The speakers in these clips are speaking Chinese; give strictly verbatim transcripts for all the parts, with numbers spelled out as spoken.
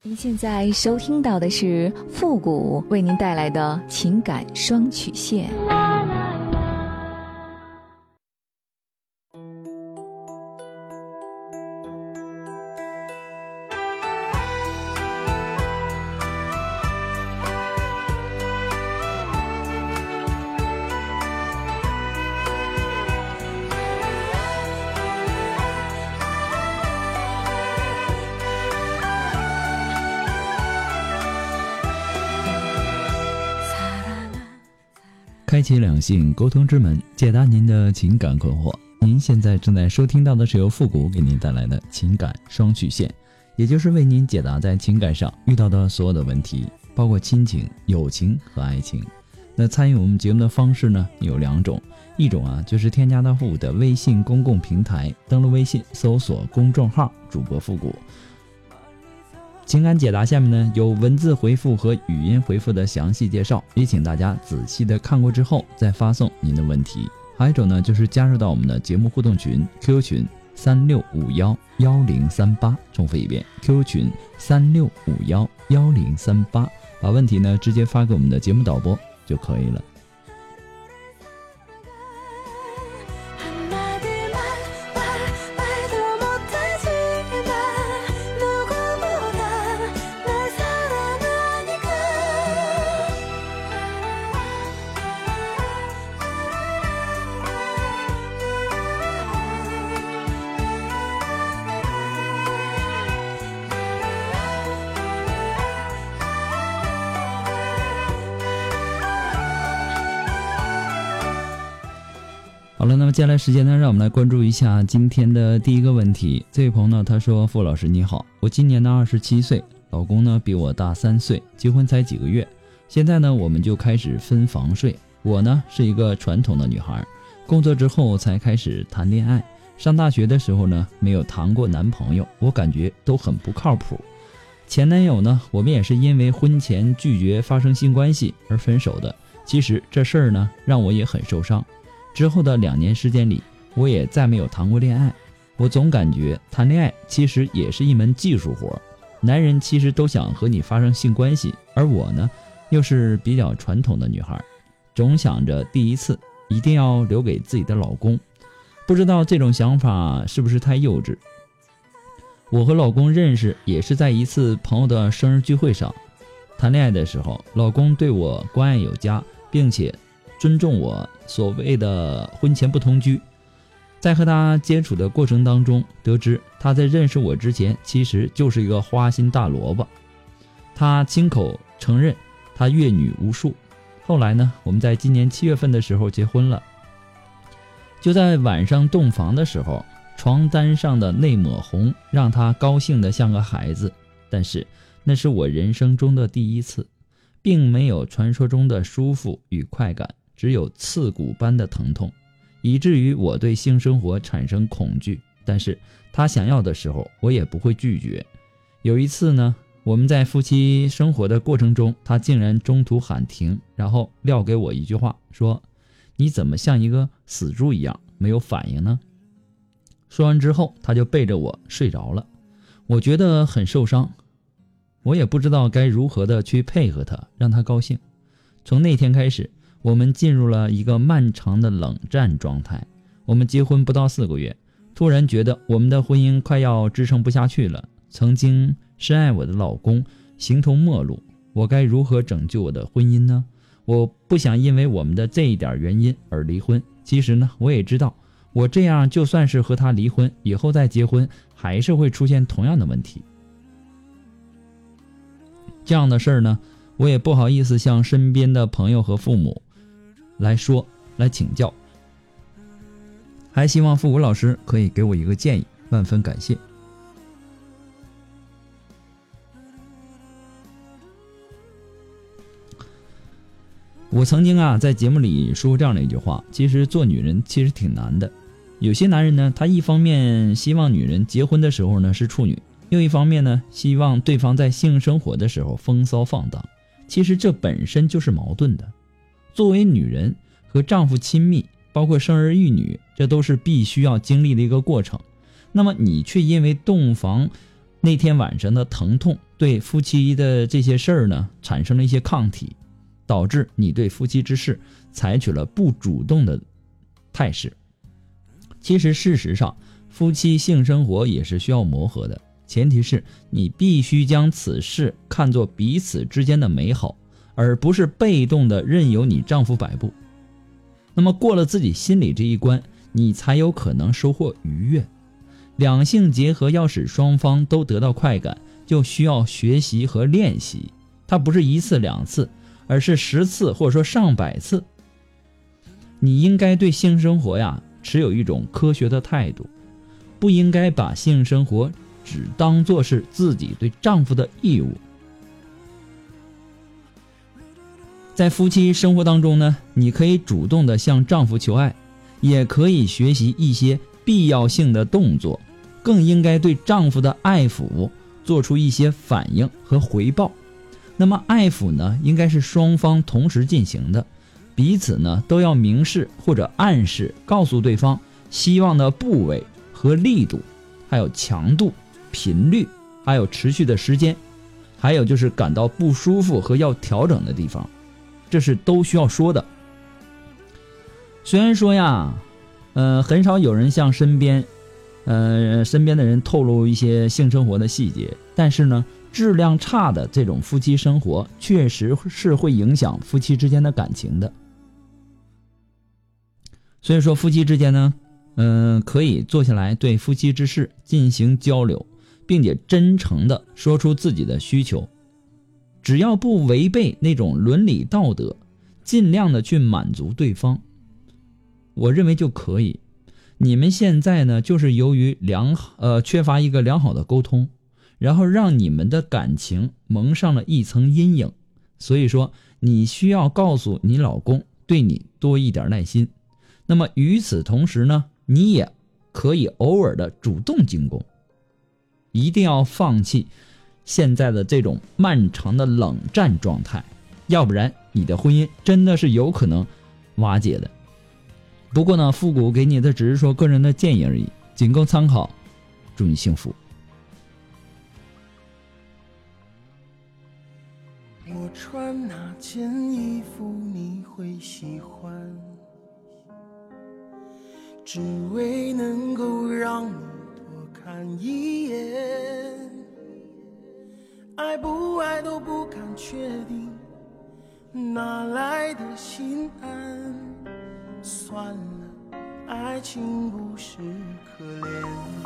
您现在收听到的是复古为您带来的情感双曲线。 开启两性沟通之门，解答您的情感困惑。您现在正在收听到的是由复古给您带来的情感双曲线，也就是为您解答在情感上遇到的所有的问题，包括亲情、友情和爱情。那参与我们节目的方式呢有两种，一种啊就是添加到复古的微信公共平台，登录微信搜索公众号主播复古。情感解答下面呢有文字回复和语音回复的详细介绍，也请大家仔细的看过之后再发送您的问题。还有一种呢就是加入到我们的节目互动群 Q Q 群三六五一一零三八，重复一遍 Q Q 群三六五一一零三八，把问题呢直接发给我们的节目导播就可以了。好了，那么接下来时间呢，让我们来关注一下今天的第一个问题。这位朋友呢，他说：傅老师你好，我今年呢二十七岁，老公呢比我大三岁，结婚才几个月，现在呢我们就开始分房睡。我呢是一个传统的女孩，工作之后才开始谈恋爱，上大学的时候呢没有谈过男朋友，我感觉都很不靠谱。前男友呢，我们也是因为婚前拒绝发生性关系而分手的。其实这事儿呢让我也很受伤。之后的两年时间里，我也再没有谈过恋爱。我总感觉谈恋爱其实也是一门技术活，男人其实都想和你发生性关系，而我呢又是比较传统的女孩，总想着第一次一定要留给自己的老公。不知道这种想法是不是太幼稚。我和老公认识也是在一次朋友的生日聚会上。谈恋爱的时候，老公对我关爱有加，并且尊重我所谓的婚前不同居。在和他接触的过程当中，得知他在认识我之前其实就是一个花心大萝卜。他亲口承认他阅女无数。后来呢，我们在今年七月份的时候结婚了。就在晚上洞房的时候，床单上的那抹红让他高兴得像个孩子，但是那是我人生中的第一次，并没有传说中的舒服与快感，只有刺骨般的疼痛，以至于我对性生活产生恐惧。但是他想要的时候，我也不会拒绝。有一次呢，我们在夫妻生活的过程中，他竟然中途喊停，然后撂给我一句话，说：你怎么像一个死猪一样没有反应呢？说完之后，他就背着我睡着了。我觉得很受伤，我也不知道该如何的去配合他，让他高兴。从那天开始，我们进入了一个漫长的冷战状态。我们结婚不到四个月，突然觉得我们的婚姻快要支撑不下去了。曾经深爱我的老公形同陌路，我该如何拯救我的婚姻呢？我不想因为我们的这一点原因而离婚。其实呢，我也知道我这样就算是和他离婚，以后再结婚还是会出现同样的问题。这样的事儿呢，我也不好意思向身边的朋友和父母来说，来请教。还希望复古老师可以给我一个建议，万分感谢。我曾经啊在节目里说过这样的一句话，其实做女人其实挺难的。有些男人呢，他一方面希望女人结婚的时候呢是处女，另一方面呢希望对方在性生活的时候风骚放荡。其实这本身就是矛盾的。作为女人和丈夫亲密，包括生儿育女，这都是必须要经历的一个过程。那么你却因为洞房那天晚上的疼痛对夫妻的这些事儿呢产生了一些抗体，导致你对夫妻之事采取了不主动的态势。其实事实上，夫妻性生活也是需要磨合的，前提是你必须将此事看作彼此之间的美好，而不是被动的任由你丈夫摆布。那么过了自己心里这一关，你才有可能收获愉悦。两性结合要使双方都得到快感，就需要学习和练习，它不是一次两次，而是十次或者说上百次。你应该对性生活呀持有一种科学的态度，不应该把性生活只当作是自己对丈夫的义务。在夫妻生活当中呢，你可以主动的向丈夫求爱，也可以学习一些必要性的动作，更应该对丈夫的爱抚做出一些反应和回报。那么爱抚呢，应该是双方同时进行的，彼此呢都要明示或者暗示告诉对方希望的部位和力度，还有强度、频率，还有持续的时间，还有就是感到不舒服和要调整的地方，这是都需要说的。虽然说呀呃，很少有人向身边呃，身边的人透露一些性生活的细节，但是呢质量差的这种夫妻生活确实是会影响夫妻之间的感情的。所以说夫妻之间呢嗯、呃，可以坐下来对夫妻之事进行交流，并且真诚地说出自己的需求，只要不违背那种伦理道德，尽量的去满足对方，我认为就可以。你们现在呢就是由于良呃缺乏一个良好的沟通，然后让你们的感情蒙上了一层阴影，所以说你需要告诉你老公对你多一点耐心。那么与此同时呢，你也可以偶尔的主动进攻，一定要放弃现在的这种漫长的冷战状态，要不然你的婚姻真的是有可能瓦解的。不过呢，复古给你的只是说个人的建议而已，仅供参考，祝你幸福。 我穿哪件衣服你会喜欢，只为能够让你多看一眼，爱不爱都不敢确定，哪来的心安？算了，爱情不是可怜，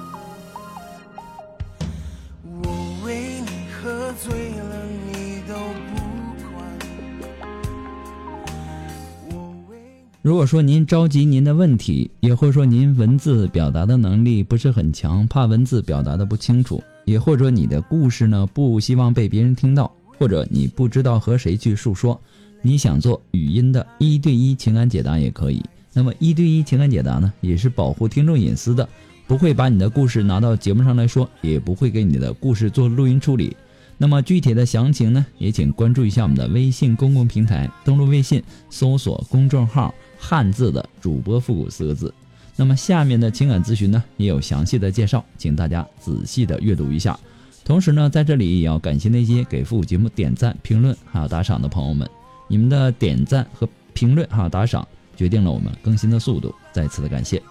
我为你喝醉了你都不管。 如果说您着急您的问题，也或者说您文字表达的能力不是很强，怕文字表达的不清楚，也或者你的故事呢不希望被别人听到，或者你不知道和谁去诉说，你想做语音的一对一情感解答也可以。那么一对一情感解答呢，也是保护听众隐私的，不会把你的故事拿到节目上来说，也不会给你的故事做录音处理。那么具体的详情呢，也请关注一下我们的微信公共平台，登录微信搜索公众号汉字的主播复古四个字。那么下面的情感咨询呢也有详细的介绍，请大家仔细的阅读一下。同时呢，在这里也要感谢那些给复古节目点赞、评论还有打赏的朋友们，你们的点赞和评论还有打赏决定了我们更新的速度，再次的感谢。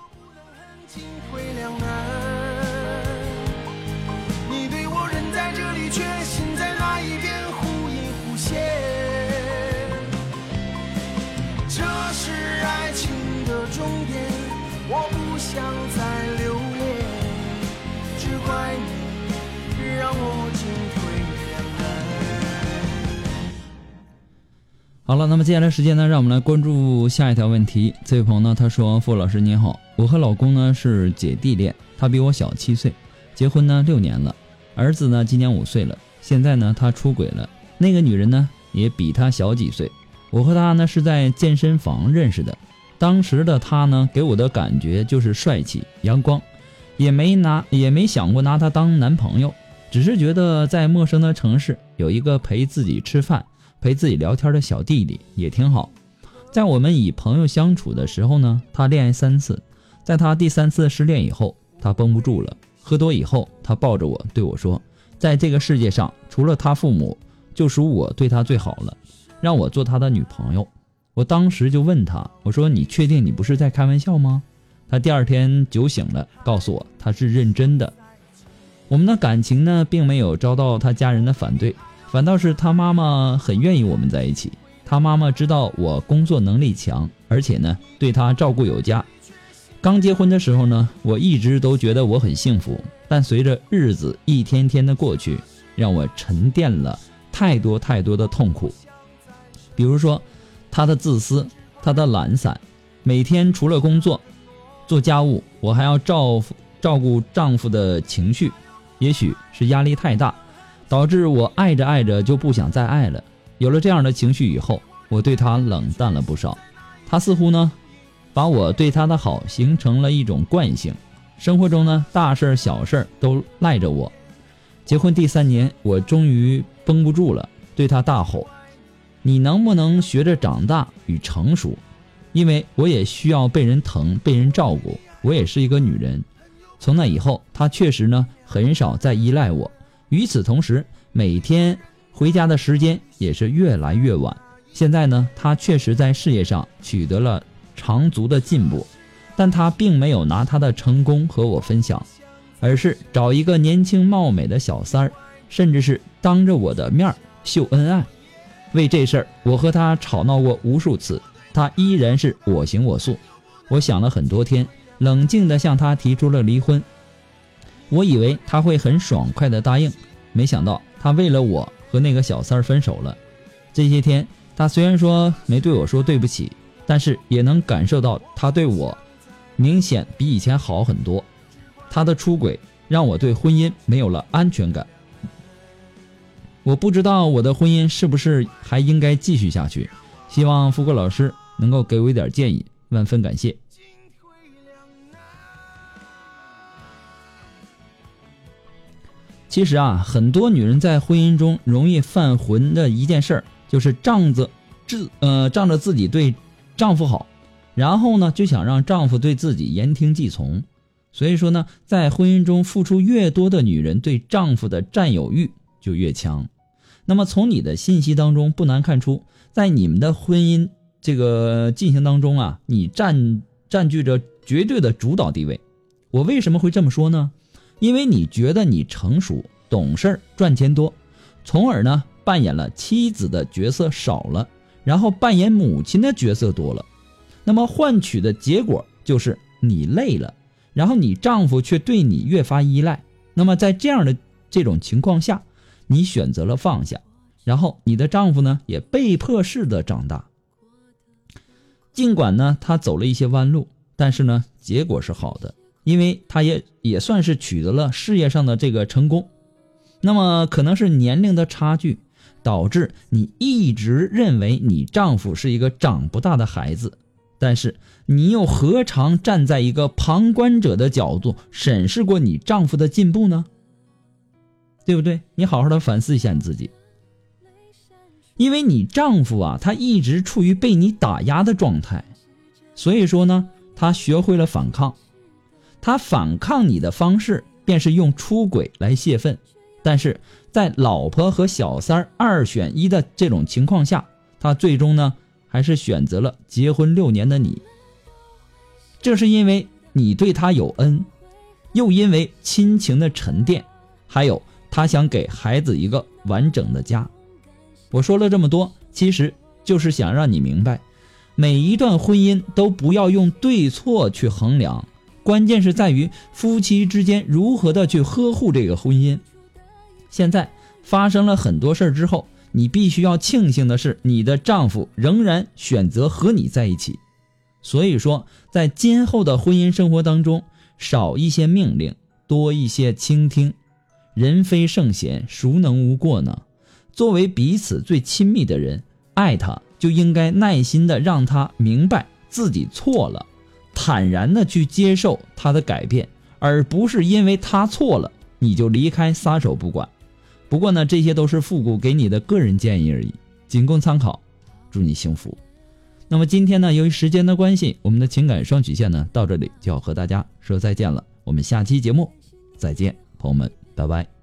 你对我人在这里，却心在那一边，忽隐忽现。这是爱情的终点，我不想再留恋，只怪你让我进退两难。 好了，那么接下来时间呢，让我们来关注下一条问题。这位朋友呢，他说：傅老师您好，我和老公呢是姐弟恋，他比我小七岁，结婚呢六年了，儿子呢今年五岁了，现在呢他出轨了，那个女人呢也比他小几岁。我和他呢是在健身房认识的，当时的他呢给我的感觉就是帅气阳光，也没拿也没想过拿他当男朋友，只是觉得在陌生的城市有一个陪自己吃饭陪自己聊天的小弟弟也挺好。在我们以朋友相处的时候呢，他恋爱三次，在他第三次失恋以后，他绷不住了，喝多以后他抱着我对我说， 在这个世界上除了他父母，就属我对他最好了，让我做他的女朋友。我当时就问他，我说你确定你不是在开玩笑吗？他第二天酒醒了，告诉我他是认真的。我们的感情呢，并没有遭到他家人的反对，反倒是他妈妈很愿意我们在一起。他妈妈知道我工作能力强，而且呢对他照顾有加。刚结婚的时候呢，我一直都觉得我很幸福，但随着日子一天天的过去，让我沉淀了太多太多的痛苦。比如说他的自私，他的懒散，每天除了工作做家务，我还要照照顾丈夫的情绪，也许是压力太大，导致我爱着爱着就不想再爱了。有了这样的情绪以后，我对他冷淡了不少。他似乎呢把我对他的好形成了一种惯性，生活中呢大事小事都赖着我。结婚第三年，我终于绷不住了，对他大吼，你能不能学着长大与成熟？因为我也需要被人疼，被人照顾，我也是一个女人。从那以后，他确实呢很少再依赖我。与此同时，每天回家的时间也是越来越晚。现在呢，他确实在事业上取得了长足的进步，但他并没有拿他的成功和我分享，而是找一个年轻貌美的小三儿，甚至是当着我的面秀恩爱。为这事儿，我和他吵闹过无数次，他依然是我行我素。我想了很多天，冷静地向他提出了离婚。我以为他会很爽快地答应，没想到他为了我和那个小三儿分手了。这些天他虽然说没对我说对不起，但是也能感受到他对我明显比以前好很多。他的出轨让我对婚姻没有了安全感。我不知道我的婚姻是不是还应该继续下去，希望富贵老师能够给我一点建议，万分感谢。其实啊，很多女人在婚姻中容易犯浑的一件事儿，就是仗着自呃仗着自己对丈夫好，然后呢就想让丈夫对自己言听计从。所以说呢，在婚姻中付出越多的女人，对丈夫的占有欲就越强。那么从你的信息当中不难看出，在你们的婚姻这个进行当中啊，你占占据着绝对的主导地位。我为什么会这么说呢？因为你觉得你成熟懂事赚钱多，从而呢扮演了妻子的角色少了，然后扮演母亲的角色多了。那么换取的结果就是你累了，然后你丈夫却对你越发依赖。那么在这样的这种情况下，你选择了放下，然后你的丈夫呢也被迫式的长大。尽管呢他走了一些弯路，但是呢结果是好的，因为他也也算是取得了事业上的这个成功。那么可能是年龄的差距，导致你一直认为你丈夫是一个长不大的孩子，但是你又何尝站在一个旁观者的角度审视过你丈夫的进步呢？对不对？你好好的反思一下你自己。因为你丈夫啊，他一直处于被你打压的状态，所以说呢，他学会了反抗。他反抗你的方式便是用出轨来泄愤，但是在老婆和小三二选一的这种情况下，他最终呢还是选择了结婚六年的你。这是因为你对他有恩，又因为亲情的沉淀，还有他想给孩子一个完整的家。我说了这么多，其实就是想让你明白，每一段婚姻都不要用对错去衡量，关键是在于夫妻之间如何的去呵护这个婚姻。现在发生了很多事之后，你必须要庆幸的是，你的丈夫仍然选择和你在一起。所以说，在今后的婚姻生活当中，少一些命令，多一些倾听。人非圣贤，孰能无过呢？作为彼此最亲密的人，爱他就应该耐心的让他明白自己错了，坦然的去接受他的改变，而不是因为他错了你就离开撒手不管。不过呢，这些都是复古给你的个人建议而已，仅供参考，祝你幸福。那么今天呢，由于时间的关系，我们的情感双曲线呢到这里就要和大家说再见了，我们下期节目再见，朋友们，拜拜。